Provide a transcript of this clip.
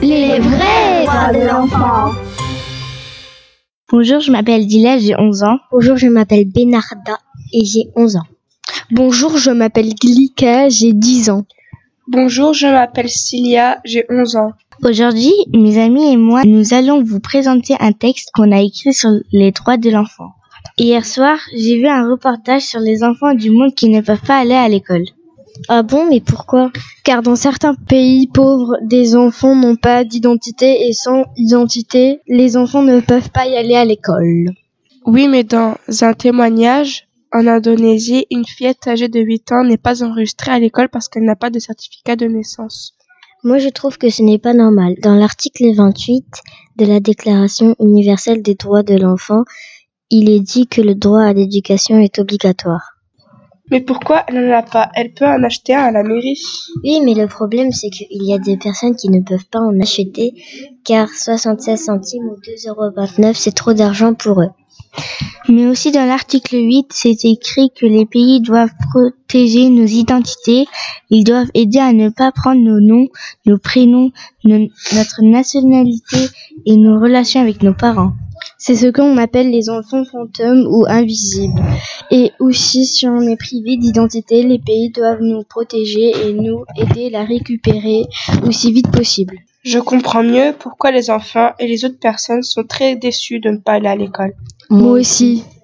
Les vrais droits de l'enfant. Bonjour, je m'appelle Dila, j'ai 11 ans. Bonjour, je m'appelle Benarda et j'ai 11 ans. Bonjour, je m'appelle Glika, j'ai 10 ans. Bonjour, je m'appelle Cilia, j'ai 11 ans. Aujourd'hui, mes amis et moi, nous allons vous présenter un texte qu'on a écrit sur les droits de l'enfant. Hier soir, j'ai vu un reportage sur les enfants du monde qui ne peuvent pas aller à l'école. Ah bon, mais pourquoi ? Car dans certains pays pauvres, des enfants n'ont pas d'identité et sans identité, les enfants ne peuvent pas y aller à l'école. Oui, mais dans un témoignage, en Indonésie, une fillette âgée de 8 ans n'est pas enregistrée à l'école parce qu'elle n'a pas de certificat de naissance. Moi, je trouve que ce n'est pas normal. Dans l'article 28 de la Déclaration universelle des droits de l'enfant, il est dit que le droit à l'éducation est obligatoire. Mais pourquoi elle n'en a pas ? Elle peut en acheter un à la mairie. Oui, mais le problème, c'est qu'il y a des personnes qui ne peuvent pas en acheter car 76 centimes ou 2,29 €, c'est trop d'argent pour eux. Mais aussi dans l'article 8, c'est écrit que les pays doivent protéger nos identités. Ils doivent aider à ne pas prendre nos noms, nos prénoms, notre nationalité et nos relations avec nos parents. C'est ce qu'on appelle les enfants fantômes ou invisibles. Et aussi, si on est privé d'identité, les pays doivent nous protéger et nous aider à la récupérer aussi vite possible. Je comprends mieux pourquoi les enfants et les autres personnes sont très déçus de ne pas aller à l'école. Moi aussi.